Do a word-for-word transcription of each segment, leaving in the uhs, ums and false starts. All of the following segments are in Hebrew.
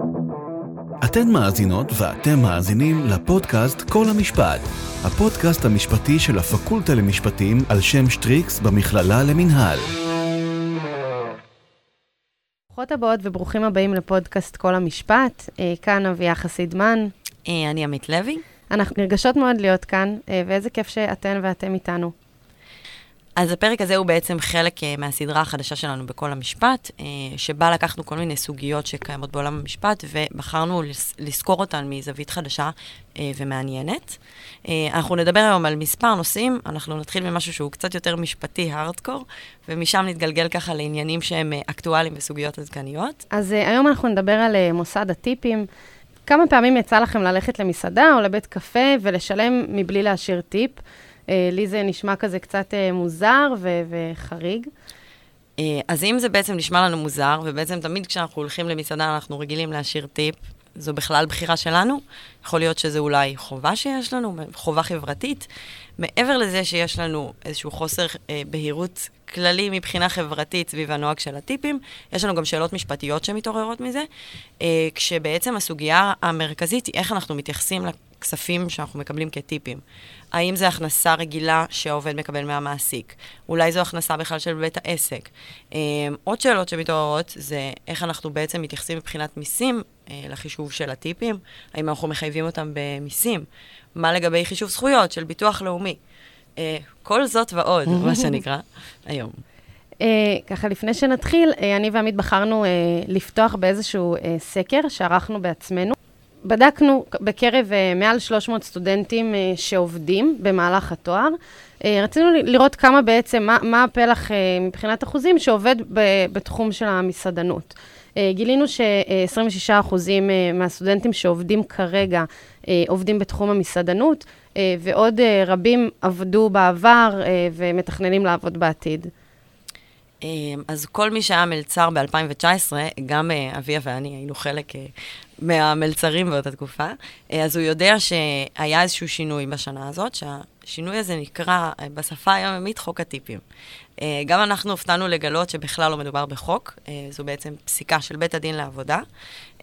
אתן מאזינות ואתם מאזינים לפודקאסט כל המשפט, הפודקאסט המשפטי של הפקולטה למשפטים על שם שטריקס במכללה למנהל. ברוכות הבאות וברוכים הבאים לפודקאסט כל המשפט. כאן אביה חסידמן. אני עמית לוי. אנחנו נרגשות מאוד להיות כאן, ואיזה כיף שאתן ואתם איתנו. אז הפרק הזה הוא בעצם חלק מהסדרה החדשה שלנו בכל המשפט, שבה לקחנו כל מיני סוגיות שקיימות בעולם המשפט, ובחרנו לזכור אותן מזווית חדשה ומעניינת. אנחנו נדבר היום על מספר נושאים, אנחנו נתחיל ממשהו שהוא קצת יותר משפטי, הארדקור, ומשם נתגלגל ככה לעניינים שהם אקטואליים בסוגיות עדכניות. אז היום אנחנו נדבר על מוסד הטיפים. כמה פעמים יצא לכם ללכת למסעדה או לבית קפה ולשלם מבלי להשאיר טיפ? לי זה נשמע כזה קצת מוזר ו- וחריג. אז אם זה בעצם נשמע לנו מוזר, ובעצם תמיד כשאנחנו הולכים למסעדה אנחנו רגילים להשאיר טיפ, זו בכלל בחירה שלנו. יכול להיות שזה אולי חובה שיש לנו, חובה חברתית. מעבר לזה שיש לנו איזשהו חוסר אה, בהירות כללי מבחינה חברתית סביב הנוהג של הטיפים, יש לנו גם שאלות משפטיות שמתעוררות מזה, אה, כשבעצם הסוגיה המרכזית היא איך אנחנו מתייחסים לכספים שאנחנו מקבלים כטיפים. האם זו הכנסה רגילה שהעובד מקבל מהמעסיק? אולי זו הכנסה בכלל של בית העסק? אה, עוד שאלות שמתעוררות זה איך אנחנו בעצם מתייחסים מבחינת מיסים אה, לחישוב של הטיפים, האם אנחנו מחייבים אותם במיסים? מה לגבי חישוב זכויות של ביטוח לאומי? אה, כל זאת ועוד, מה שנקרא, היום. אה, ככה, לפני שנתחיל, אה, אני ועמית בחרנו אה, לפתוח באיזשהו אה, סקר שערכנו בעצמנו. בדקנו בקרב אה, מעל שלוש מאות סטודנטים אה, שעובדים במהלך התואר. אה, רצינו לראות כמה בעצם, מה, מה הפלח אה, מבחינת אחוזים שעובד ב, בתחום של המסעדנות. Uh, גילינו ש-עשרים ושישה אחוזים uh, מהסטודנטים שעובדים כרגע uh, עובדים בתחום המסעדנות, uh, ועוד uh, רבים עבדו בעבר uh, ומתכננים לעבוד בעתיד. Um, אז כל מי שהיה מלצר ב-אלפיים תשע עשרה, גם uh, אביה ואני היינו חלק uh, מהמלצרים באותה תקופה, uh, אז הוא יודע שהיה איזשהו שינוי בשנה הזאת, שהשינוי הזה נקרא uh, בשפה היומיומית חוק הטיפים. Uh, גם אנחנו הופתענו לגלות שבכלל לא מדובר בחוק, uh, זו בעצם פסיקה של בית הדין לעבודה, uh,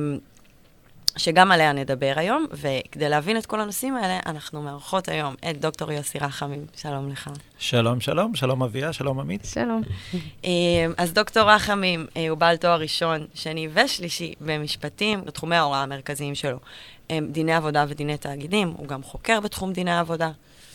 שגם עליה נדבר היום, וכדי להבין את כל הנושאים האלה, אנחנו מארחות היום את דוקטור יוסי רחמים. שלום לך. שלום, שלום, שלום אביה, שלום עמית. שלום. Uh, אז דוקטור רחמים uh, הוא בעל תואר ראשון, שני ושלישי במשפטים, בתחומי ההוראה המרכזיים שלו, um, דיני עבודה ודיני תאגידים, הוא גם חוקר בתחום דיני העבודה.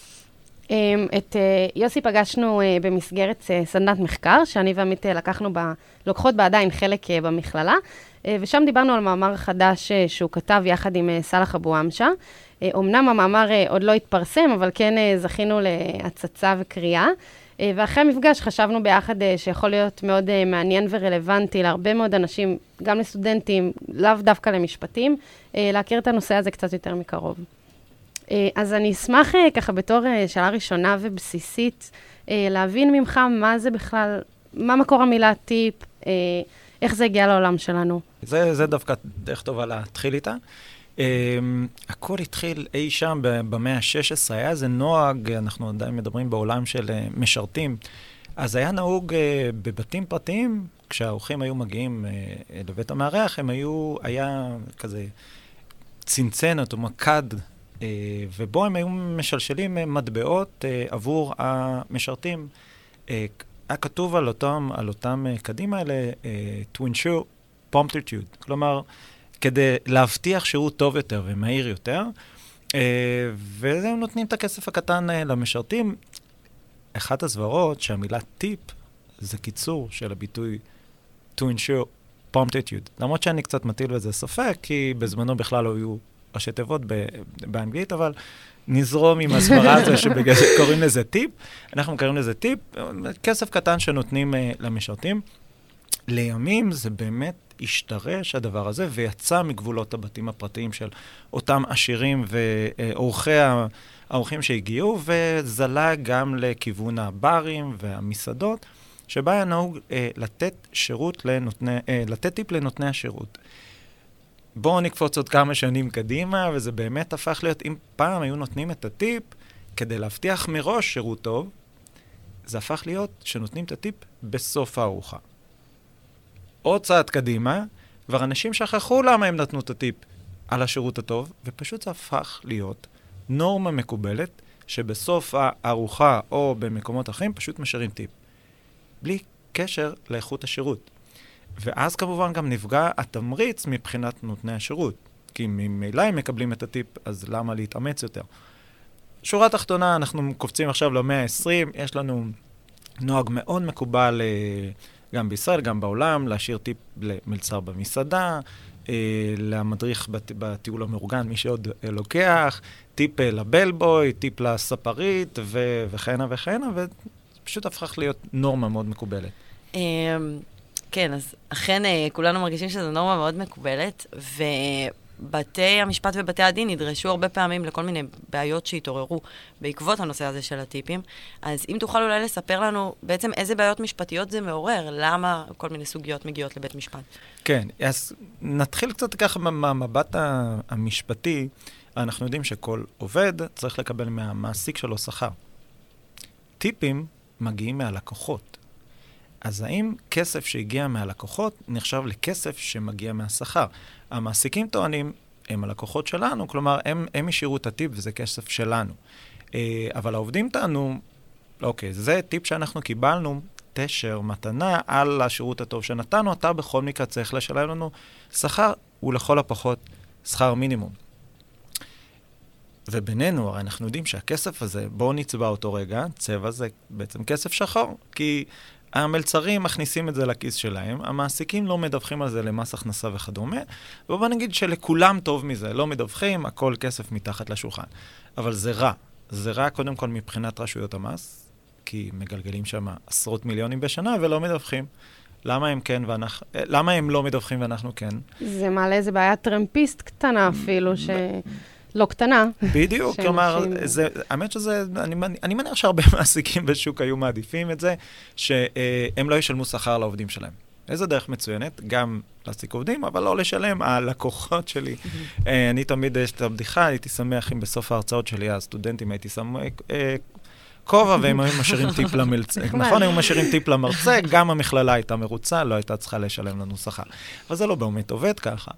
את יוסי פגשנו במסגרת סדנת מחקר, שאני ועמית לקחנו, לוקחות בה עדיין חלק במכללה, ושם דיברנו על מאמר חדש שהוא כתב יחד עם סלאח אבו אמשה. אמנם המאמר עוד לא התפרסם, אבל כן זכינו להצצה וקריאה, ואחרי המפגש חשבנו ביחד שיכול להיות מאוד מעניין ורלוונטי להרבה מאוד אנשים, גם לסטודנטים, לאו דווקא למשפטים, להכיר את הנושא הזה קצת יותר מקרוב. אז אני אשמח ככה בתור שאלה ראשונה ובסיסית, להבין ממך מה זה בכלל, מה מקור המילה טיפ, איך זה הגיע לעולם שלנו. זה, זה דווקא דרך טובה להתחיל איתה. הכל התחיל אי שם במאה ה-שש עשרה, היה איזה נוהג, אנחנו עדיין מדברים בעולם של משרתים, אז היה נהוג בבתים פרטיים, כשהאורחים היו מגיעים לבית המארח, הם היו, היה כזה צנצנת או מקד, Uh, ובו הם היו משלשלים uh, מטבעות uh, עבור המשרתים. Uh, היה כתוב על אותם, על אותם uh, קדים האלה, uh, to ensure promptitude, כלומר, כדי להבטיח שירות טוב יותר ומהיר יותר, uh, והם נותנים את הכסף הקטן uh, למשרתים. אחת הסברות שהמילה טיפ זה קיצור של הביטוי to ensure promptitude, למרות שאני קצת מטיל בזה ספק, כי בזמנו בכלל לא היו ראשי תיבות באנגלית, אבל נזרום עם הסברה הזו שבגלל שקוראים לזה טיפ. אנחנו קוראים לזה טיפ, כסף קטן שנותנים uh, למשרתים. לימים זה באמת השתרש הדבר הזה, ויצא מגבולות הבתים הפרטיים של אותם עשירים ואורחים שהגיעו, וזלה גם לכיוון הברים והמסעדות, שבה היה נהוג uh, לתת שירות לנותני, uh, לתת טיפ לנותני השירות. בואו נקפוץ עוד כמה שנים קדימה, וזה באמת הפך להיות, אם פעם היו נותנים את הטיפ כדי להבטיח מראש שירות טוב, זה הפך להיות שנותנים את הטיפ בסוף הארוחה. עוד צעד קדימה, כבר אנשים שכחו למה הם נתנו את הטיפ על השירות הטוב, ופשוט זה הפך להיות נורמה מקובלת, שבסוף הארוחה או במקומות אחרים פשוט משאירים טיפ. בלי קשר לאיכות השירות. ואז כמובן גם נפגע התמריץ מבחינת נותני השירות. כי ממילא הם מקבלים את הטיפ, אז למה להתאמץ יותר? שורה תחתונה, אנחנו קופצים עכשיו ל-מאה ועשרים, יש לנו נוהג מאוד מקובל גם בישראל, גם בעולם, להשאיר טיפ למלצר במסעדה, למדריך בטיול המאורגן, מי שעוד לוקח, טיפ לבלבוי, טיפ לספרית, וכהנה וכהנה, ופשוט הפך להיות נורמה מאוד מקובלת. כן, אז אכן כולנו מרגישים שזו נורמה מאוד מקובלת, ובתי המשפט ובתי הדין נדרשו הרבה פעמים לכל מיני בעיות שהתעוררו בעקבות הנושא הזה של הטיפים. אז אם תוכל אולי לספר לנו בעצם איזה בעיות משפטיות זה מעורר, למה כל מיני סוגיות מגיעות לבית משפט? כן, אז נתחיל קצת ככה מהמבט המשפטי. אנחנו יודעים שכל עובד צריך לקבל מהמעסיק שלו שכר. טיפים מגיעים מהלקוחות. אז האם כסף שהגיע מהלקוחות נחשב לכסף שמגיע מהשכר? המעסיקים טוענים, הם הלקוחות שלנו, כלומר, הם, הם השאירו את הטיפ וזה כסף שלנו. אבל העובדים טענו, אוקיי, זה טיפ שאנחנו קיבלנו, תשר, מתנה על השירות הטוב שנתנו, אתה בכל מקרה צריך לשלם לנו שכר, ולכל הפחות שכר מינימום. ובינינו, הרי אנחנו יודעים שהכסף הזה, בואו נצבע אותו רגע, צבע זה בעצם כסף שחור, כי המלצרים מכניסים את זה לכיס שלהם, המעסיקים לא מדווחים על זה למס הכנסה וכדומה, ובוא נגיד שלכולם טוב מזה, לא מדווחים, הכל כסף מתחת לשולחן. אבל זה רע. זה רע קודם כל מבחינת רשויות המס, כי מגלגלים שם עשרות מיליונים בשנה ולא מדווחים. למה הם כן ואנחנו, למה הם לא מדווחים ואנחנו כן? זה מעלה איזה בעיה טרמפיסט קטנה אפילו, ש... לא קטנה. בדיוק, כלומר, זה, האמת שזה, אני, אני מניח שהרבה מעסיקים בשוק היו מעדיפים את זה, שהם לא ישלמו שכר לעובדים שלהם. איזו דרך מצוינת, גם להעסיק עובדים, אבל לא לשלם, הלקוחות שלי. אני תמיד, יש את הבדיחה, הייתי שמח אם בסוף ההרצאות שלי, הסטודנטים הייתי שמח, כובע, והם היו משאירים טיפ למרצה. נכון, היו משאירים טיפ למרצה, גם המכללה הייתה מרוצה, לא הייתה צריכה לשלם לנו שכר. אבל זה לא באמת עובד ככה.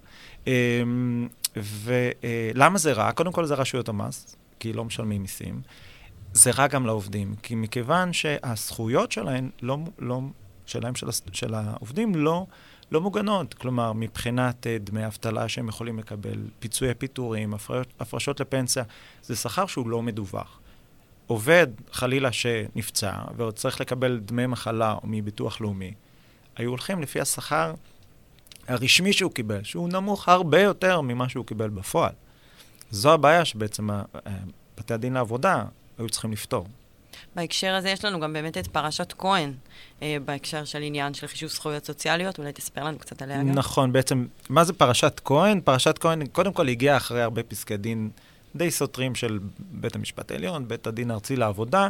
ולמה זה רע? קודם כל זה רשויות המס, כי לא משלמים מיסים. זה רע גם לעובדים, כי מכיוון שהזכויות שלהם, לא, לא, שלהם של, של העובדים לא, לא מוגנות. כלומר, מבחינת דמי אבטלה שהם יכולים לקבל, פיצויי פיטורים, הפרשות, הפרשות לפנסיה, זה שכר שהוא לא מדווח. עובד, חלילה שנפצע, ועוד צריך לקבל דמי מחלה או מביטוח לאומי, היו הולכים לפי השכר הרשמי שהוא קיבל, שהוא נמוך הרבה יותר ממה שהוא קיבל בפועל. זו הבעיה שבעצם בתי הדין לעבודה היו צריכים לפתור. בהקשר הזה יש לנו גם באמת את פרשת כהן, בהקשר של עניין של חישוב זכויות סוציאליות, אולי תספר לנו קצת עליה גם. נכון, בעצם, מה זה פרשת כהן? פרשת כהן, קודם כל הגיעה אחרי הרבה פסקי דין די סותרים של בית המשפט העליון, בית הדין הארצי לעבודה,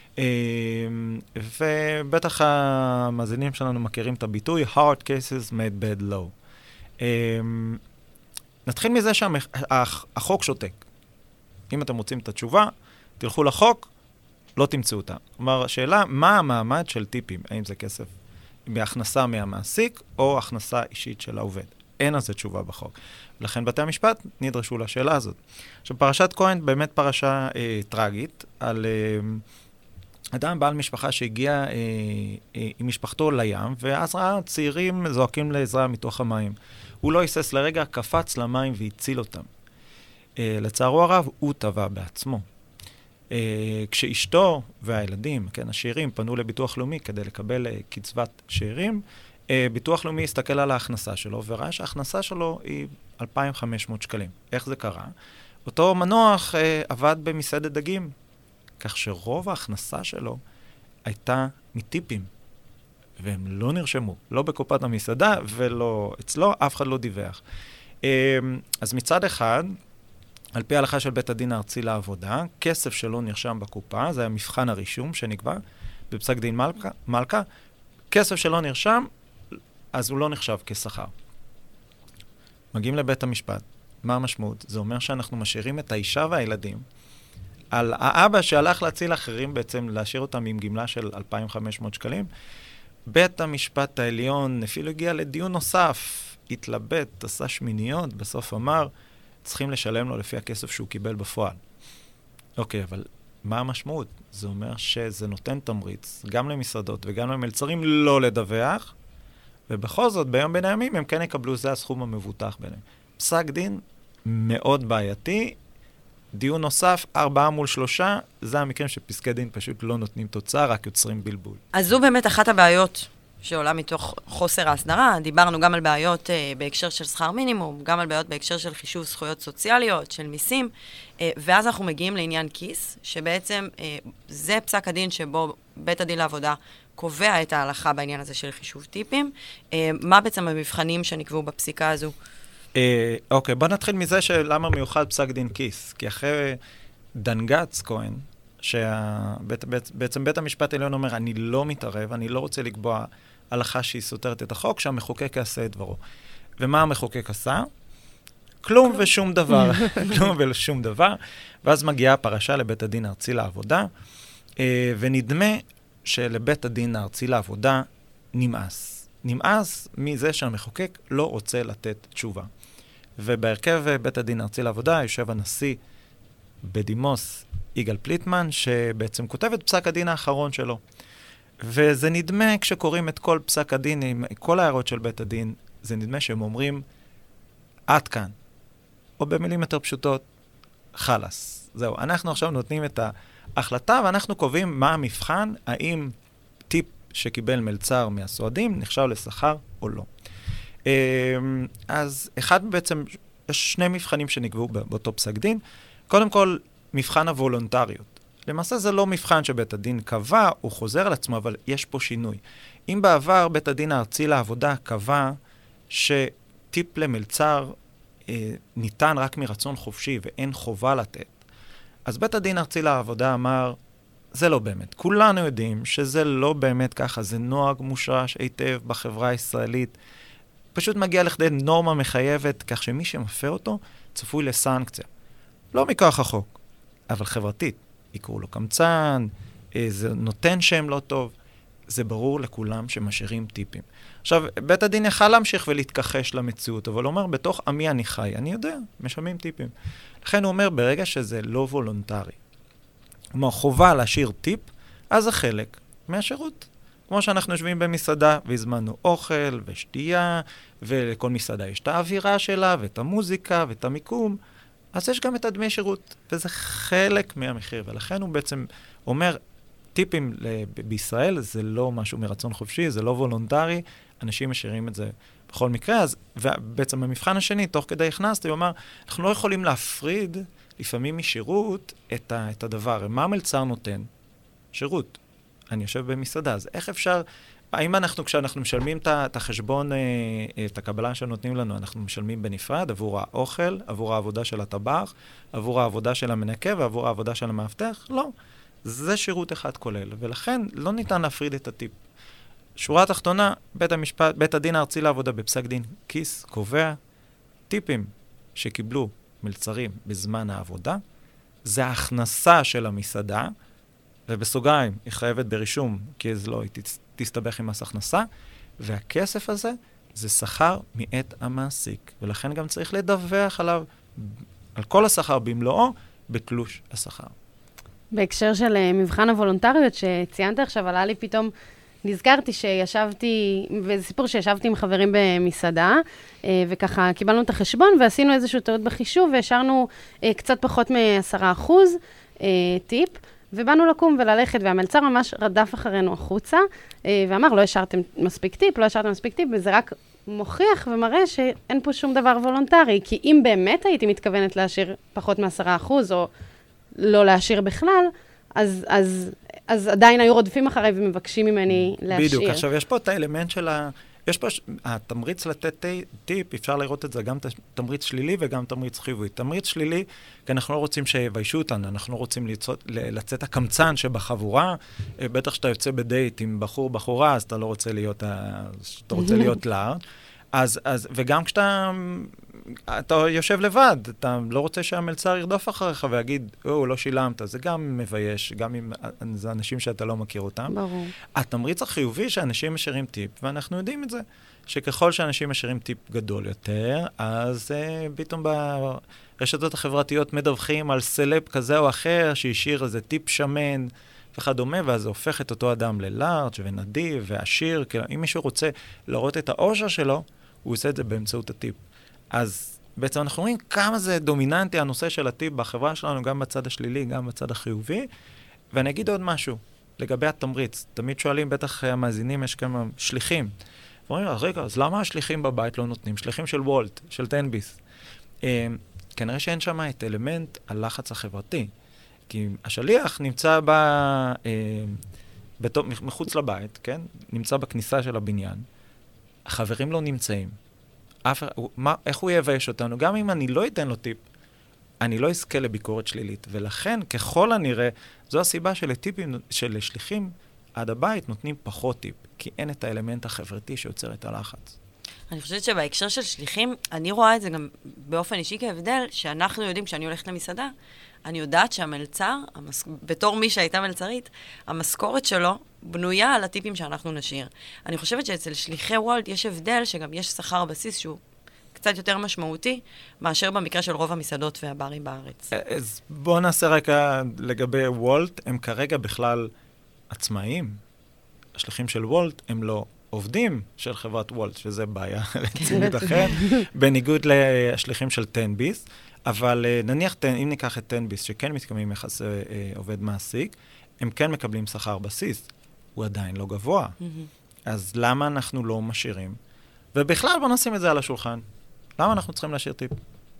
ובטח המאזינים שלנו מכירים את הביטוי, hard cases made bad law. נתחיל מזה שהחוק שותק. אם אתם רוצים את התשובה, תלכו לחוק, לא תמצאו אותה. כלומר, השאלה, מה המעמד של טיפים? האם זה כסף בהכנסה מהמעסיק, או הכנסה אישית של העובד? אין על זה תשובה בחוק. לכן בתי המשפט נדרשו לשאלה הזאת. עכשיו, פרשת כהן באמת פרשה אה, טרגית, על אה, אדם בעל משפחה שהגיע אה, אה, עם משפחתו לים, ואז ראה צעירים זועקים לעזרה מתוך המים. הוא לא היסס לרגע, קפץ למים והציל אותם. אה, לצערו הרב, הוא טבע בעצמו. אה, כשאשתו והילדים, כן, השאירים, פנו לביטוח לאומי כדי לקבל אה, קצבת שאירים, אה, ביטוח לאומי הסתכל על ההכנסה שלו, וראה שההכנסה שלו היא אלפיים וחמש מאות שקלים. איך זה קרה? אותו מנוח אה, עבד במסעדת דגים, כך שרוב ההכנסה שלו הייתה מטיפים, והם לא נרשמו, לא בקופת המסעדה ולא אצלו, אף אחד לא דיווח. אה, אז מצד אחד, על פי ההלכה של בית הדין הארצי לעבודה, כסף שלא נרשם בקופה, זה היה מבחן הרישום שנקבע בפסק דין מלכה, מלכה, כסף שלא נרשם, אז הוא לא נחשב כשכר. מגיעים לבית המשפט, מה המשמעות? זה אומר שאנחנו משאירים את האישה והילדים, על האבא שהלך להציל אחרים בעצם, להשאיר אותם עם גמלה של אלפיים וחמש מאות שקלים. בית המשפט העליון אפילו הגיע לדיון נוסף, התלבט, עשה שמיניות, בסוף אמר, צריכים לשלם לו לפי הכסף שהוא קיבל בפועל. אוקיי, אבל מה המשמעות? זה אומר שזה נותן תמריץ, גם למסעדות וגם למלצרים לא לדווח, ובכל זאת, ביום בין הימים, הם כן יקבלו, זה הסכום המבוטח ביניהם. פסק דין מאוד בעייתי, דיון נוסף, ארבעה מול שלושה, זה המקרים שפסקי דין פשוט לא נותנים תוצאה, רק יוצרים בלבול. אז זו באמת אחת הבעיות שעולה מתוך חוסר ההסדרה. דיברנו גם על בעיות אה, בהקשר של שכר מינימום, גם על בעיות בהקשר של חישוב זכויות סוציאליות, של מיסים, אה, ואז אנחנו מגיעים לעניין כיס, שבעצם אה, זה פסק הדין שבו בית הדין לעבודה קובע את ההלכה בעניין הזה של חישוב טיפים. אה, מה בעצם המבחנים שנקבעו בפסיקה הזו? אה, אוקיי, בוא נתחיל מזה שלמה מיוחד פסק דין כיס, כי אחרי דנגץ כהן, שבעצם בית המשפט העליון אומר, אני לא מתערב, אני לא רוצה לקבוע הלכה שהיא סותרת את החוק, שהמחוקק יעשה את דברו. ומה המחוקק עשה? כלום ושום דבר. כלום ושום דבר. ואז מגיעה הפרשה לבית הדין הארצי לעבודה, ונדמה שלבית הדין הארצי לעבודה נמאס. נמאס מזה שהמחוקק לא רוצה לתת תשובה. ובהרכב בית הדין הארצי לעבודה יושב הנשיא בדימוס יגאל פליטמן, שבעצם כותב את פסק הדין האחרון שלו. וזה נדמה, כשקוראים את כל פסק הדין, עם כל ההערות של בית הדין, זה נדמה שהם אומרים, עד כאן. או במילים יותר פשוטות, חלס. זהו, אנחנו עכשיו נותנים את ההחלטה, ואנחנו קובעים מה המבחן, האם טיפ שקיבל מלצר מהסועדים נחשב לשכר או לא. אז אחד בעצם, יש שני מבחנים שנקבעו באותו פסק דין. קודם כל, מבחן הוולונטריות. למעשה זה לא מבחן שבית הדין קבע, הוא חוזר על עצמו, אבל יש פה שינוי. אם בעבר בית הדין הארצי לעבודה קבע שטיפ למלצר אה, ניתן רק מרצון חופשי ואין חובה לתת, אז בית הדין הארצי לעבודה אמר, זה לא באמת. כולנו יודעים שזה לא באמת ככה, זה נוהג מושרש היטב בחברה הישראלית, פשוט מגיע לכדי נורמה מחייבת, כך שמי שמפר אותו צפוי לסנקציה. לא מכוח החוק, אבל חברתית. יקראו לו קמצן, זה נותן שם לא טוב. זה ברור לכולם שמשאירים טיפים. עכשיו, בית הדין יכל להמשיך ולהתכחש למציאות, אבל הוא אומר, בתוך עמי אני חי, אני יודע, משלמים טיפים. לכן הוא אומר, ברגע שזה לא וולונטרי, כלומר, חובה להשאיר טיפ, אז זה חלק מהשירות. כמו שאנחנו יושבים במסעדה, והזמנו אוכל ושתייה, ולכל מסעדה יש את האווירה שלה, ואת המוזיקה, ואת המיקום, אז יש גם את הדמי שירות, וזה חלק מהמחיר, ולכן הוא בעצם אומר, טיפים ב- בישראל זה לא משהו מרצון חופשי, זה לא וולונטרי, אנשים משאירים את זה בכל מקרה, אז בעצם המבחן השני, תוך כדי הכנסתי, הוא אמר, אנחנו לא יכולים להפריד לפעמים משירות את, ה- את הדבר, מה המלצר נותן? שירות. אני יושב במסעדה, אז איך אפשר, האם אנחנו, כשאנחנו משלמים את החשבון, את הקבלה שנותנים לנו, אנחנו משלמים בנפרד עבור האוכל, עבור העבודה של הטבח, עבור העבודה של המנקה ועבור העבודה של המאבטח? לא. זה שירות אחד כולל, ולכן לא ניתן להפריד את הטיפ. שורה התחתונה, בית המשפט, בית הדין הארצי לעבודה בפסק דין כיס קובע טיפים שקיבלו מלצרים בזמן העבודה, זה ההכנסה של המסעדה, ובסוגריים היא חייבת ברישום, כי אז לא, היא תסתבך עם מס הכנסה, והכסף הזה זה שכר מאת המעסיק, ולכן גם צריך לדווח עליו, על כל השכר במלואו, בתלוש השכר. בהקשר של מבחן הוולונטריות שציינת עכשיו, עלה לי פתאום, נזכרתי שישבתי, וזה סיפור שישבתי עם חברים במסעדה, וככה קיבלנו את החשבון, ועשינו איזשהו טעות בחישוב, והשארנו קצת פחות מ-עשרה אחוז טיפ, ובאנו לקום וללכת, והמלצר ממש רדף אחרינו החוצה, ואמר, לא השארתם מספיק טיפ, לא השארתם מספיק טיפ, וזה רק מוכיח ומראה שאין פה שום דבר וולונטרי, כי אם באמת הייתי מתכוונת להשאיר פחות מ-עשרה אחוז, או לא להשאיר בכלל, אז, אז, אז עדיין היו רודפים אחריי ומבקשים ממני להשאיר. בדיוק, עכשיו יש פה את האלמנט של ה... יש פה התמריץ לתת טיפ, אפשר לראות את זה גם תמריץ שלילי וגם תמריץ חיובי. תמריץ שלילי, כי אנחנו לא רוצים שיביישו אותנו, אנחנו לא רוצים לצאת, לצאת הקמצן שבחבורה, בטח שאתה יוצא בדייט עם בחור, בחורה, אז אתה לא רוצה להיות, אתה רוצה להיות לארד. אז, אז, וגם כשאתה אתה יושב לבד, אתה לא רוצה שהמלצר ירדוף אחריך ויגיד, או, לא שילמת, זה גם מבייש, גם אם זה אנשים שאתה לא מכיר אותם. ברור. התמריץ החיובי שאנשים משאירים טיפ, ואנחנו יודעים את זה, שככל שאנשים משאירים טיפ גדול יותר, אז uh, פתאום ברשתות החברתיות מדווחים על סלב כזה או אחר, שהשאיר איזה טיפ שמן וכדומה, ואז זה הופך את אותו אדם ללארג' ונדיב ועשיר, כי אם מישהו רוצה לראות את האושר שלו, הוא עושה את זה באמצעות הטיפ. אז בעצם אנחנו רואים כמה זה דומיננטי הנושא של הטיפ בחברה שלנו, גם בצד השלילי, גם בצד החיובי. ואני אגיד עוד משהו, לגבי התמריץ. תמיד שואלים, בטח המאזינים, יש כמה שליחים. ואומרים, אז רגע, אז למה השליחים בבית לא נותנים? שליחים של וולט, של תן-ביס. אה, כנראה שאין שם את אלמנט הלחץ החברתי. כי השליח נמצא ב, אה, בתו, מחוץ לבית, כן? נמצא בכניסה של הבניין. החברים לא נמצאים. אף, מה, איך הוא יבייש אותנו? גם אם אני לא אתן לו טיפ, אני לא אזכה לביקורת שלילית. ולכן, ככל הנראה, זו הסיבה שלטיפים, של שליחים עד הבית נותנים פחות טיפ, כי אין את האלמנט החברתי שיוצר את הלחץ. אני חושבת שבהקשר של שליחים, אני רואה את זה גם באופן אישי כהבדל, שאנחנו יודעים, כשאני הולכת למסעדה, אני יודעת שהמלצר, המס... בתור מי שהייתה מלצרית, המשכורת שלו בנויה על הטיפים שאנחנו נשאיר. אני חושבת שאצל שליחי וולט יש הבדל שגם יש שכר בסיס שהוא קצת יותר משמעותי, מאשר במקרה של רוב המסעדות והברים בארץ. אז בואו נעשה רקע לגבי וולט, הם כרגע בכלל עצמאיים. השליחים של וולט הם לא עובדים של חברת וולט, שזה בעיה רצינית אחרת, בניגוד לשליחים של תן-ביס. אבל נניח, אם ניקח את תן-ביס, שכן מתקיימים יחסי עובד מעסיק, הם כן מקבלים שכר בסיס. הוא עדיין לא גבוה. אז למה אנחנו לא משאירים? ובכלל בוא נשים את זה על השולחן. למה אנחנו צריכים להשאיר טיפ?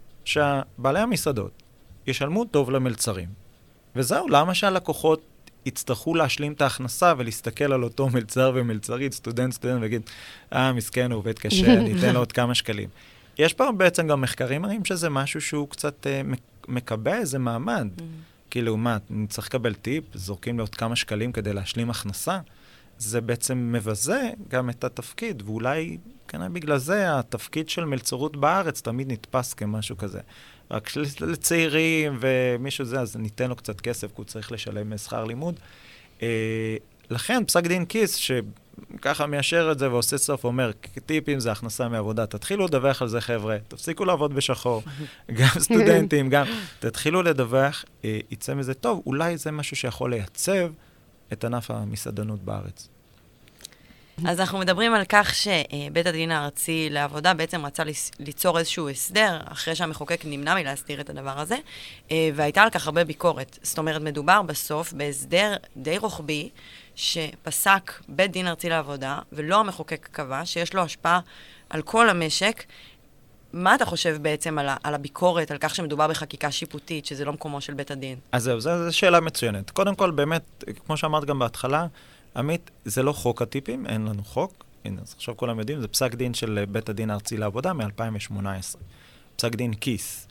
שהבעלי המסעדות ישלמו טוב למלצרים. וזהו, למה שהלקוחות יצטרכו להשלים את ההכנסה ולהסתכל על אותו מלצר ומלצרית, סטודנט, סטודנט, ויגיד, אה, מסכן, הוא עובד קשה, אני אתן לו עוד כמה שקלים. יש פה בעצם גם מחקרים מראים שזה משהו שהוא קצת אה, מקבע איזה מעמד. כי לעומת, אני צריך לקבל טיפ, זורקים לו עוד כמה שקלים כדי להשלים הכנסה, זה בעצם מבזה גם את התפקיד, ואולי, כנראה בגלל זה, התפקיד של מלצרות בארץ תמיד נתפס כמשהו כזה. רק לצעירים ומישהו זה, אז ניתן לו קצת כסף, כי הוא צריך לשלם שכר לימוד. אה, לכן, פסק דין קיס, שככה מיישר את זה ועושה סוף, אומר, טיפים זה הכנסה מעבודה, תתחילו לדווח על זה חבר'ה, תפסיקו לעבוד בשחור, גם סטודנטים, גם, תתחילו לדווח, אה, יצא מזה טוב, אולי זה משהו שיכול לייצב את ענף המסעדנות בארץ. אז אנחנו מדברים על כך שבית הדין הארצי לעבודה בעצם רצה ליצור איזשהו הסדר, אחרי שהמחוקק נמנע מלהסדיר את הדבר הזה, והייתה על כך הרבה ביקורת. זאת אומרת, מדובר בסוף בהסדר די רוחבי, שפסק בית דין ארצי לעבודה, ולא המחוקק קבע, שיש לו השפעה על כל המשק. מה אתה חושב בעצם על, על הביקורת, על כך שמדובר בחקיקה שיפוטית, שזה לא מקומו של בית הדין? אז זהו, זו שאלה מצוינת. קודם כל, באמת, כמו שאמרת גם בהתחלה, עמית, זה לא חוק הטיפים, אין לנו חוק. הנה, אז עכשיו כולם יודעים, זה פסק דין של בית הדין הארצי לעבודה מ-אלפיים שמונה עשרה. פסק דין קיס.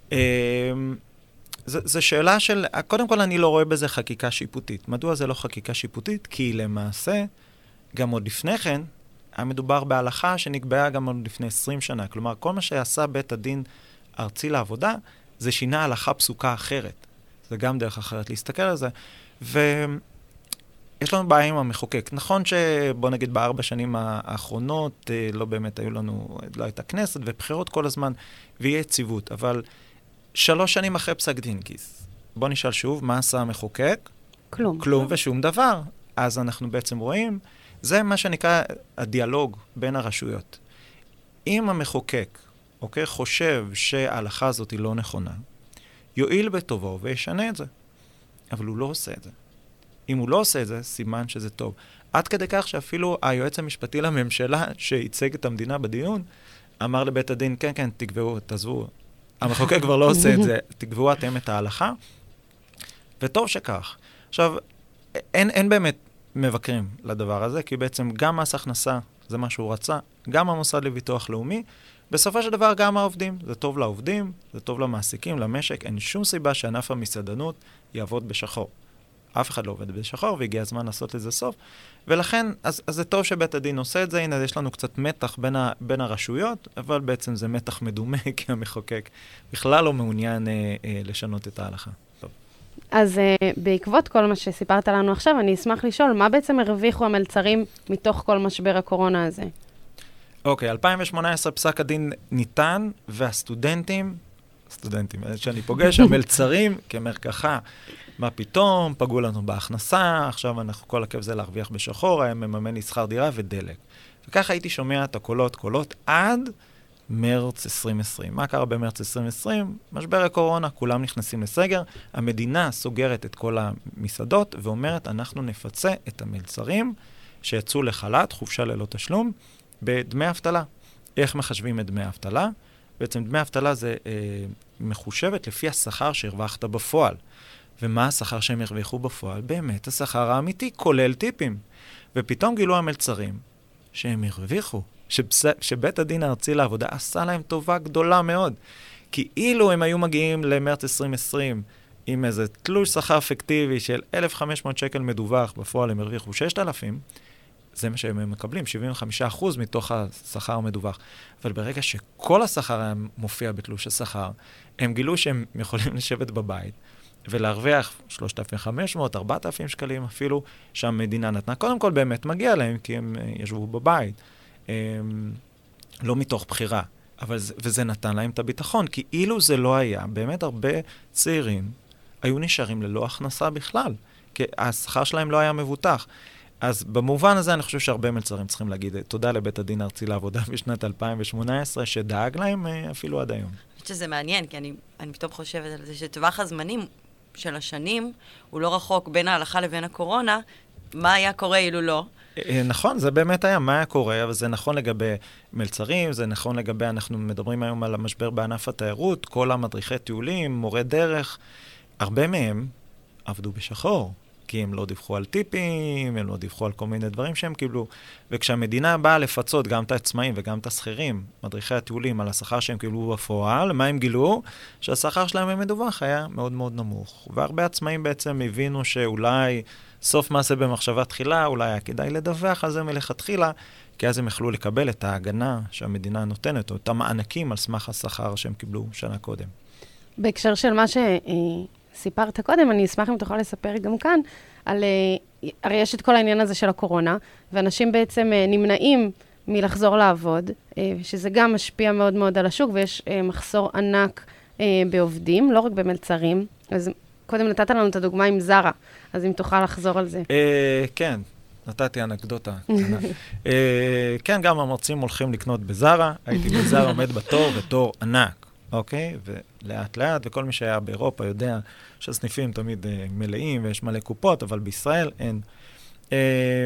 זו שאלה של, קודם כל אני לא רואה בזה חקיקה שיפוטית. מדוע זה לא חקיקה שיפוטית? כי למעשה, גם עוד לפני כן, היה מדובר בהלכה שנקבעה גם עוד לפני עשרים שנה. כלומר, כל מה שעשה בית הדין הארצי לעבודה, זה שינה הלכה פסוקה אחרת. זה גם דרך אחרת להסתכל על זה. ו... יש לנו בעיה עם המחוקק. נכון שבוא נגיד בארבע שנים האחרונות לא באמת היו לנו, לא הייתה כנסת ובחירות כל הזמן, ויהיה יציבות. אבל שלוש שנים אחרי פסק דין קיס, בוא נשאל שוב, מה עשה המחוקק? כלום. כלום ושום דבר. אז אנחנו בעצם רואים, זה מה שנקרא הדיאלוג בין הרשויות. אם המחוקק, אוקיי, חושב שההלכה הזאת היא לא נכונה, יועיל בטובו וישנה את זה. אבל הוא לא עושה את זה. אם הוא לא עושה את זה, סימן שזה טוב. עד כדי כך שאפילו היועץ המשפטי לממשלה שייצג את המדינה בדיון, אמר לבית הדין, כן, כן, תקבעו, תעזבו. המחוקק כבר לא עושה את זה, תקבעו אתם את ההלכה, וטוב שכך. עכשיו, אין, אין באמת מבקרים לדבר הזה, כי בעצם גם מס הכנסה, זה מה שהוא רצה, גם המוסד לביטוח לאומי, בסופו של דבר גם העובדים. זה טוב לעובדים, זה טוב למעסיקים, למשק, אין שום סיבה שענף המסעדנות יעבוד בשחור. אף אחד לא עובד בשחור, והגיע הזמן לעשות לזה סוף. ולכן, אז, אז זה טוב שבית הדין עושה את זה. הנה, יש לנו קצת מתח בין, ה, בין הרשויות, אבל בעצם זה מתח מדומה, כי המחוקק בכלל לא מעוניין אה, אה, לשנות את ההלכה. טוב. אז uh, בעקבות כל מה שסיפרת לנו עכשיו, אני אשמח לשאול, מה בעצם הרוויחו המלצרים מתוך כל משבר הקורונה הזה? אוקיי, אלפיים שמונה עשרה פסק הדין ניתן, והסטודנטים, סטודנטים, שאני פוגש, המלצרים כמרקחה, מה פתאום, פגעו לנו בהכנסה, עכשיו אנחנו כל הכיף זה להרוויח בשחור, היה מממן לי שכר דירה ודלק. וככה הייתי שומע את הקולות, קולות, עד מרץ עשרים עשרים. מה קרה במרץ עשרים עשרים? משבר הקורונה, כולם נכנסים לסגר, המדינה סוגרת את כל המסעדות, ואומרת, אנחנו נפצה את המלצרים שיצאו לחל"ת, חופשה ללא תשלום, בדמי אבטלה. איך מחשבים את דמי אבטלה? בעצם דמי אבטלה זה אה, מחושבת לפי השכר שהרווחת בפועל. ומה השכר שהם הרוויחו בפועל? באמת השכר האמיתי, כולל טיפים. ופתאום גילו המלצרים שהם הרוויחו, שבס... שבית הדין הארצי לעבודה עשה להם טובה גדולה מאוד. כי אילו הם היו מגיעים למרץ עשרים עשרים עם איזה תלוש שכר פיקטיבי של אלף וחמש מאות שקל מדווח, בפועל הם הרוויחו שישת אלפים, זה מה שהם מקבלים, שבעים וחמישה אחוז מתוך השכר המדווח. אבל ברגע שכל השכר היה מופיע בתלוש השכר, הם גילו שהם יכולים לשבת בבית, ולהרוויח שלושת אלפים וחמש מאות, ארבעת אלפים שקלים אפילו, שהמדינה נתנה. קודם כל באמת מגיע להם, כי הם ישבו בבית. הם, לא מתוך בחירה, אבל זה, וזה נתן להם את הביטחון, כי אילו זה לא היה, באמת הרבה צעירים היו נשארים ללא הכנסה בכלל, כי השכר שלהם לא היה מבוטח. אז במובן הזה אני חושב שהרבה מלצרים צריכים להגיד תודה לבית הדין הארצי לעבודה בשנת אלפיים שמונה עשרה, שדאג להם אפילו עד היום. אני חושבת שזה מעניין, כי אני, אני פתאום חושבת על זה שטווח הזמנים של השנים הוא לא רחוק בין ההלכה לבין הקורונה, מה היה קורה אילו לא? נכון, זה באמת היה מה היה קורה, אבל זה נכון לגבי מלצרים, זה נכון לגבי, אנחנו מדברים היום על המשבר בענף התיירות, כל המדריכי טיולים, מורי דרך, הרבה מהם עבדו בשחור. כי הם לא דיווחו על טיפים, הם לא דיווחו על כל מיני דברים שהם קיבלו. וכשהמדינה באה לפצות גם את העצמאים וגם את השכירים, מדריכי הטיולים, על השכר שהם קיבלו בפועל, מה הם גילו? שהשכר שלהם מדווח היה מאוד מאוד נמוך. והרבה עצמאים בעצם הבינו שאולי סוף מעשה במחשבה תחילה, אולי היה כדאי לדווח על זה מלכתחילה, כי אז הם יכלו לקבל את ההגנה שהמדינה נותנת, או את המענקים על סמך השכר שהם קיבלו שנה קודם. בהקשר של מה ש... סיפרת קודם, אני אשמח אם תוכל לספר גם כאן, על, הרי יש את כל העניין הזה של הקורונה, ואנשים בעצם נמנעים מלחזור לעבוד, שזה גם משפיע מאוד מאוד על השוק, ויש מחסור ענק בעובדים, לא רק במלצרים. אז קודם נתת לנו את הדוגמה עם זרה, אז אם תוכל לחזור על זה. כן, נתתי אנקדוטה. כן, גם המרצים הולכים לקנות בזרה, הייתי בזרה עומד בתור, ותור ענק. אוקיי? ולאט לאט, וכל מי שהיה באירופה יודע שהסניפים תמיד אה, מלאים ויש מלא קופות, אבל בישראל אין. אה,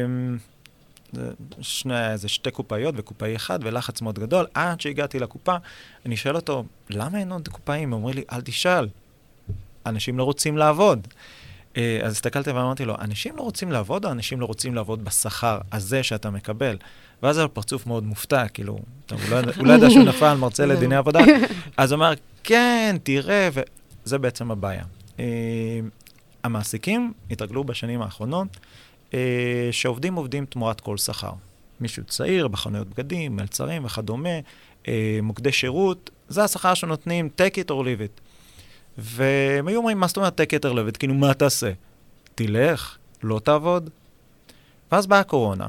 זה, שני, זה שתי קופאיות וקופאי אחד, ולחץ מאוד גדול. עד שהגעתי לקופה, אני שואל אותו, למה אין עוד קופאים? הוא אומר לי, אל תשאל. אנשים לא רוצים לעבוד. אה, אז הסתכלתי ואמרתי לו, אנשים לא רוצים לעבוד, או אנשים לא רוצים לעבוד בשכר הזה שאתה מקבל? ואז היה פרצוף מאוד מופתע, כאילו, הוא לא ידע שהוא נפל מרצה לדיני עבודה. אז הוא אמר, כן, תראה, וזה בעצם הבעיה. המעסיקים התרגלו בשנים האחרונות, שעובדים עובדים תמורת כל שכר. מישהו צעיר, בחנויות בגדים, מלצרים וכדומה, מוקדי שירות, זה השכר שנותנים, take it or leave it. והם היו אומרים, מה זאת אומרת take it or leave it? כאילו, מה תעשה? תלך, לא תעבוד. ואז באה הקורונה,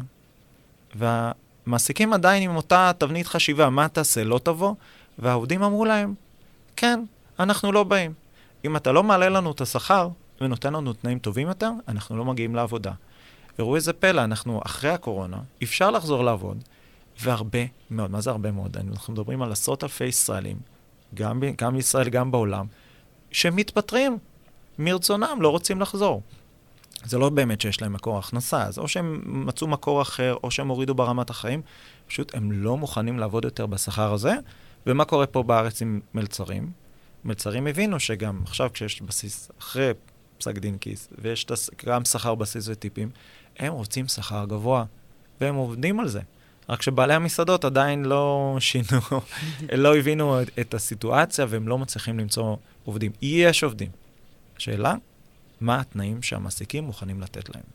והמעסיקים עדיין עם אותה תבנית חשיבה, מה תעשה, לא תבוא, והעובדים אמרו להם, כן, אנחנו לא באים. אם אתה לא מעלה לנו את השכר, ונותן לנו תנאים טובים יותר, אנחנו לא מגיעים לעבודה. וראו איזה פלא, אנחנו אחרי הקורונה, אפשר לחזור לעבוד, והרבה מאוד, מה זה הרבה מאוד? אנחנו מדברים על עשרות אלפי ישראלים, גם, גם בישראל, גם בעולם, שמתפטרים מרצונם, לא רוצים לחזור. זה לא באמת שיש להם מקור הכנסה, אז או שהם מצאו מקור אחר, או שהם הורידו ברמת החיים, פשוט הם לא מוכנים לעבוד יותר בשכר הזה, ומה קורה פה בארץ עם מלצרים? מלצרים הבינו שגם עכשיו כשיש בסיס, אחרי פסק דין כיס, ויש גם שכר בסיס וטיפים, הם רוצים שכר גבוה, והם עובדים על זה. רק שבעלי המסעדות עדיין לא שינו, לא הבינו את, את הסיטואציה, והם לא מצליחים למצוא עובדים. יש עובדים. השאלה, מה התנאים שהמעסיקים מוכנים לתת להם.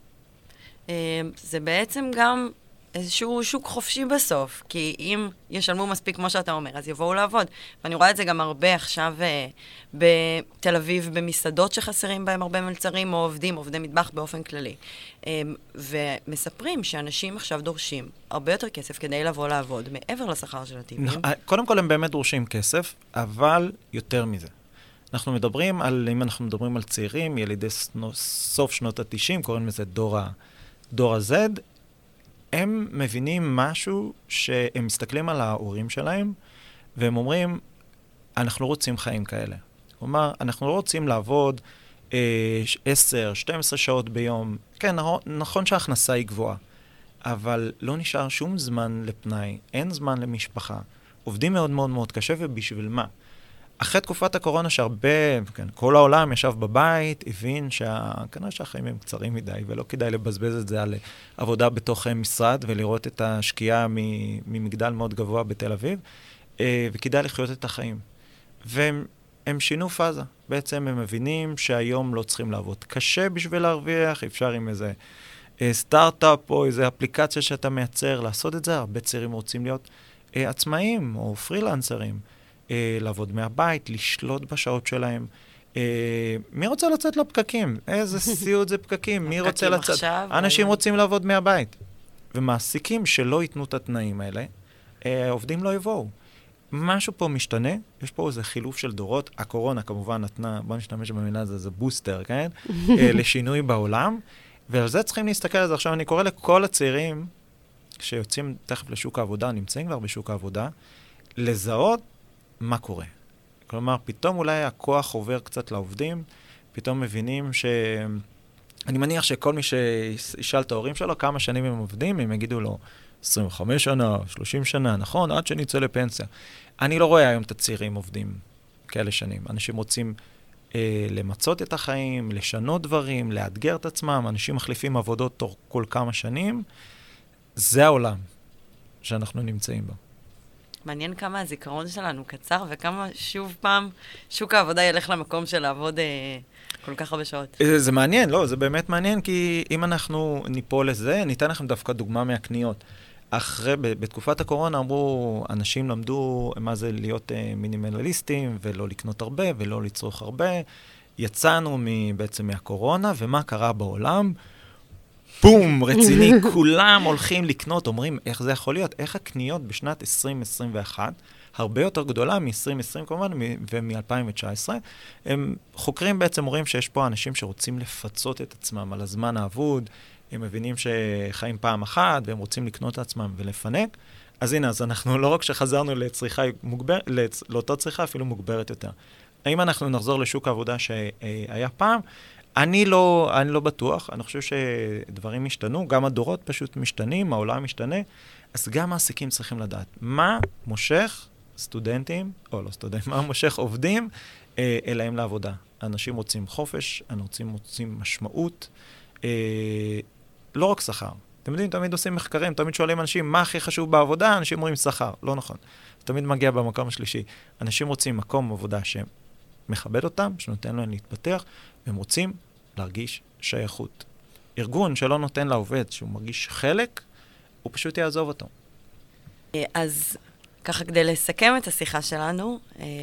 זה בעצם גם איזשהו שוק חופשי בסוף, כי אם ישלמו מספיק, כמו שאתה אומר, אז יבואו לעבוד. ואני רואה את זה גם הרבה עכשיו בתל אביב, במסעדות שחסרים בהם הרבה מלצרים, או עובדים, עובדי מטבח באופן כללי. ומספרים שאנשים עכשיו דורשים הרבה יותר כסף כדי לבוא לעבוד, מעבר לשכר של הטיפים. קודם כל הם באמת דורשים כסף, אבל יותר מזה. אנחנו מדברים על, אם אנחנו מדברים על צעירים, ילידי סוף שנות ה-תשעים, קוראים לזה דור ה... דור ה-Z, הם מבינים משהו שהם מסתכלים על ההורים שלהם, והם אומרים, אנחנו לא רוצים חיים כאלה. כלומר, אנחנו לא רוצים לעבוד אה, עשר, שתים עשרה שעות ביום. כן, נכון שההכנסה היא גבוהה, אבל לא נשאר שום זמן לפנאי, אין זמן למשפחה. עובדים מאוד מאוד מאוד קשה, ובשביל מה? אחרי תקופת הקורונה שהרבה, כן, כל העולם ישב בבית, הבין שכנראה שהחיים הם קצרים מדי, ולא כדאי לבזבז את זה על עבודה בתוך משרד, ולראות את השקיעה ממגדל מאוד גבוה בתל אביב, וכדאי לחיות את החיים. והם הם שינו פאזה. בעצם הם מבינים שהיום לא צריכים לעבוד קשה בשביל להרוויח, אפשר עם איזה סטארט-אפ או איזה אפליקציה שאתה מייצר, לעשות את זה. הרבה צעירים רוצים להיות עצמאים או פרילנסרים. לעבוד מהבית, לשלוט בשעות שלהם. מי רוצה לצאת לפקקים? איזה סיוט זה פקקים? מי רוצה לצאת? אנשים רוצים לעבוד מהבית. ומעסיקים שלא ייתנו את התנאים האלה, עובדים לא יבואו. משהו פה משתנה, יש פה איזה חילוף של דורות. הקורונה כמובן נתנה, בוא נשתמש במילה הזה, זה בוסטר, כן? לשינוי בעולם. ועל זה צריכים להסתכל על זה. עכשיו אני קורא לכל הצעירים שיוצאים תכף לשוק העבודה, נמצאים כבר בשוק העבודה, לזהות מה קורה. כלומר, פתאום אולי הכוח עובר קצת לעובדים, פתאום מבינים ש... אני מניח שכל מי שישאל את ההורים שלו כמה שנים הם עובדים, הם יגידו לו עשרים וחמש שנה, שלושים שנה, נכון? עד שנצא לפנסיה. אני לא רואה היום את הצעירים עובדים כאלה שנים. אנשים רוצים אה, למצות את החיים, לשנות דברים, לאתגר את עצמם, אנשים מחליפים עבודות תוך כל כמה שנים. זה העולם שאנחנו נמצאים בו. מעניין כמה הזיכרון שלנו קצר, וכמה שוב פעם שוק העבודה ילך למקום של לעבוד אה, כל כך הרבה שעות. זה, זה מעניין, לא, זה באמת מעניין, כי אם אנחנו ניפול לזה, ניתן לכם דווקא דוגמה מהקניות. אחרי, בתקופת הקורונה אמרו, אנשים למדו מה זה להיות אה, מינימליסטים, ולא לקנות הרבה, ולא לצרוך הרבה. יצאנו בעצם מהקורונה, ומה קרה בעולם? בום, רציני, כולם הולכים לקנות, אומרים, איך זה יכול להיות? איך הקניות בשנת עשרים עשרים ואחת, הרבה יותר גדולה מ-עשרים עשרים כמובן, ומ-אלפיים תשע עשרה, הם חוקרים בעצם אומרים שיש פה אנשים שרוצים לפצות את עצמם על הזמן האבוד, הם מבינים שחיים פעם אחת, והם רוצים לקנות את עצמם ולפנק, אז הנה, אז אנחנו לא רק שחזרנו לצריכה מוגבר, לאותה צריכה, אפילו מוגברת יותר. האם אנחנו נחזור לשוק העבודה שהיה פעם? אני לא, אני לא בטוח, אני חושב שדברים משתנו, גם הדורות פשוט משתנים, העולם משתנה, אז גם מעסיקים צריכים לדעת מה מושך סטודנטים, או לא סטודנטים, מה מושך עובדים אה, אליהם לעבודה. אנשים רוצים חופש, אנשים רוצים משמעות, אה, לא רק שכר. אתם יודעים, תמיד עושים מחקרים, תמיד שואלים אנשים, מה הכי חשוב בעבודה? אנשים אומרים שכר, לא נכון. תמיד מגיע במקום השלישי. אנשים רוצים מקום עבודה שמכבד אותם, שנותן להם להתפתח, והם רוצים להרגיש שייכות. ארגון שלא נותן לעובד, שהוא מרגיש חלק, הוא פשוט יעזוב אותו. אז ככה כדי לסכם את השיחה שלנו,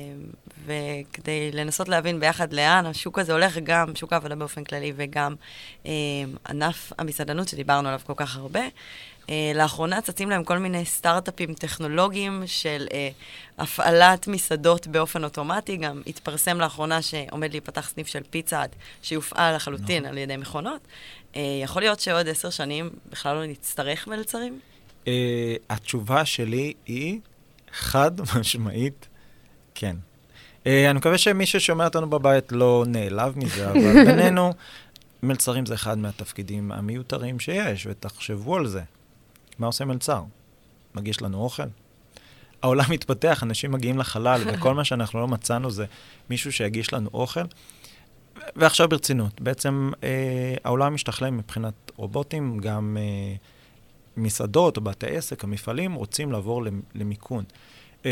וכדי לנסות להבין ביחד לאן השוק הזה הולך, גם שוק העבודה באופן כללי וגם ענף המסעדנות שדיברנו עליו כל כך הרבה, לאחרונה צצים להם כל מיני סטארט-אפים טכנולוגיים של הפעלת מסעדות באופן אוטומטי. גם התפרסם לאחרונה שעומד להיפתח סניף של פיצה האט, שיופעל לחלוטין על ידי מכונות. יכול להיות שעוד עשר שנים בכלל לא נצטרך מלצרים? התשובה שלי היא חד משמעית כן. אני מקווה שמי ששומע אותנו בבית לא נעלב מזה, אבל בינינו, מלצרים זה אחד מהתפקידים המיותרים שיש, ותחשבו על זה. מה עושה מלצר? מגיש לנו אוכל? העולם מתפתח, אנשים מגיעים לחלל, וכל מה שאנחנו לא מצאנו זה מישהו שיגיש לנו אוכל. ועכשיו ברצינות, בעצם אה, העולם משתכלל מבחינת רובוטים, גם אה, מסעדות או בתי עסק, המפעלים רוצים לעבור למיקון. Uh,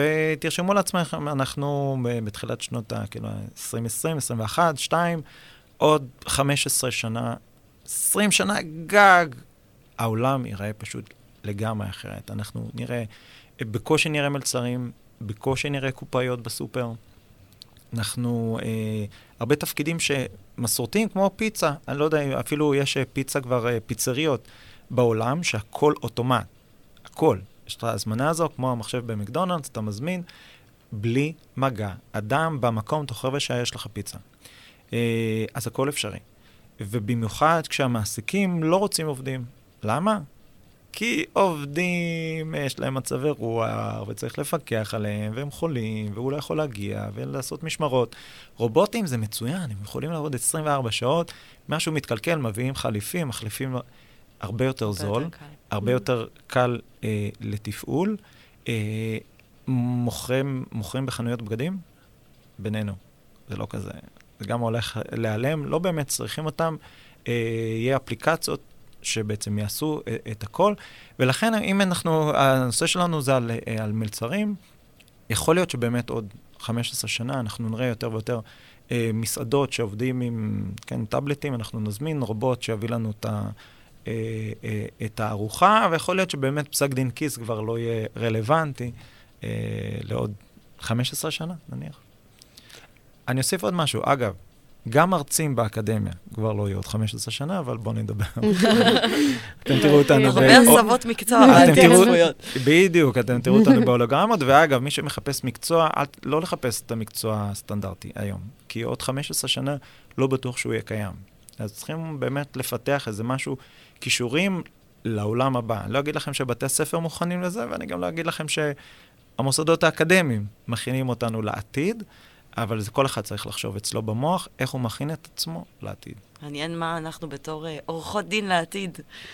ותרשמו לעצמכם, אנחנו בתחילת שנות ה-עשרים עשרים, עשרים ואחת, שתיים, עוד חמש עשרה שנה, עשרים שנה גג, העולם ייראה פשוט לגמרי אחרת. אנחנו נראה, בקושי נראה מלצרים, בקושי נראה קופאיות בסופר. אנחנו, אה, הרבה תפקידים שמסורתיים, כמו פיצה, אני לא יודע, אפילו יש פיצה כבר, אה, פיצריות בעולם, שהכל אוטומט, הכל. יש את ההזמנה הזו, כמו המחשב במקדונלדס, אתה מזמין, בלי מגע. אדם במקום תוכל שיש לך פיצה. אה, אז הכל אפשרי. ובמיוחד כשהמעסיקים לא רוצים עובדים. למה? כי עובדים, יש להם מצבי רוח, וצריך לפקח עליהם, והם חולים, והוא לא יכול להגיע, ולעשות משמרות. רובוטים זה מצוין, הם יכולים לעבוד עשרים וארבע שעות, משהו מתקלקל, מביאים חליפים, מחליפים הרבה יותר זול, הרבה יותר קל אה, לתפעול. אה, מוכרים, מוכרים בחנויות בגדים? בינינו. זה לא כזה. זה גם הולך להיעלם, לא באמת צריכים אותם. אה, יהיה אפליקציות, שבעצם יעשו את הכל, ולכן אם אנחנו, הנושא שלנו זה על, על מלצרים, יכול להיות שבאמת עוד חמש עשרה שנה אנחנו נראה יותר ויותר אה, מסעדות שעובדים עם, כן, טאבלטים, אנחנו נזמין רובוט שיביא לנו את, ה, אה, אה, את הארוחה, ויכול להיות שבאמת פסק דין כיס כבר לא יהיה רלוונטי אה, לעוד חמש עשרה שנה, נניח. אני אוסיף עוד משהו, אגב, גם מרצים באקדמיה, כבר לא יהיה עוד חמש עשרה שנה, אבל בואו נדבר. אתם תראו אותנו... הרבה הסבות מקצוע. בדיוק, אתם תראו אותנו בהולוגרמות, ואגב, מי שמחפש מקצוע, לא לחפש את המקצוע הסטנדרטי היום, כי עוד חמש עשרה שנה לא בטוח שהוא יהיה קיים. אז צריכים באמת לפתח איזה משהו, קישורים לעולם הבא. אני לא אגיד לכם שבתי הספר מוכנים לזה, ואני גם לא אגיד לכם שהמוסדות האקדמיים מכינים אותנו לעתיד, אבל זה כל אחד צריך לחשוב אצלו במוח, איך הוא מכין את עצמו לעתיד. מעניין מה אנחנו בתור עורכות דין לעתיד.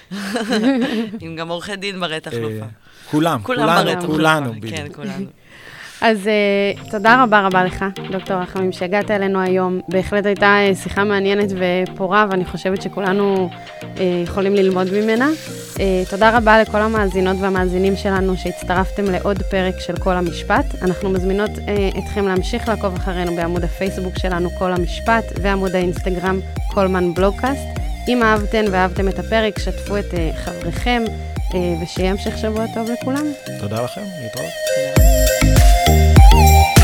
אם גם עורכי דין ברי תחלופה. כולם, כולנו, כולנו. כן, כולנו. אז uh, תודה רבה רבה לך, דוקטור רחמים, שהגעת אלינו היום. בהחלט הייתה uh, שיחה מעניינת ופורה, ואני חושבת שכולנו uh, יכולים ללמוד ממנה. Uh, תודה רבה לכל המאזינות והמאזינים שלנו שהצטרפתם לעוד פרק של כל המשפט. אנחנו מזמינות uh, אתכם להמשיך לעקוב אחרינו בעמוד הפייסבוק שלנו כל המשפט, ועמוד האינסטגרם קולמן בלוגקאסט. אם אהבתם ואהבתם את הפרק, שתפו את uh, חבריכם, uh, ושיהיה המשך שבוע טוב לכולם. תודה לכם, להתראות. תודה.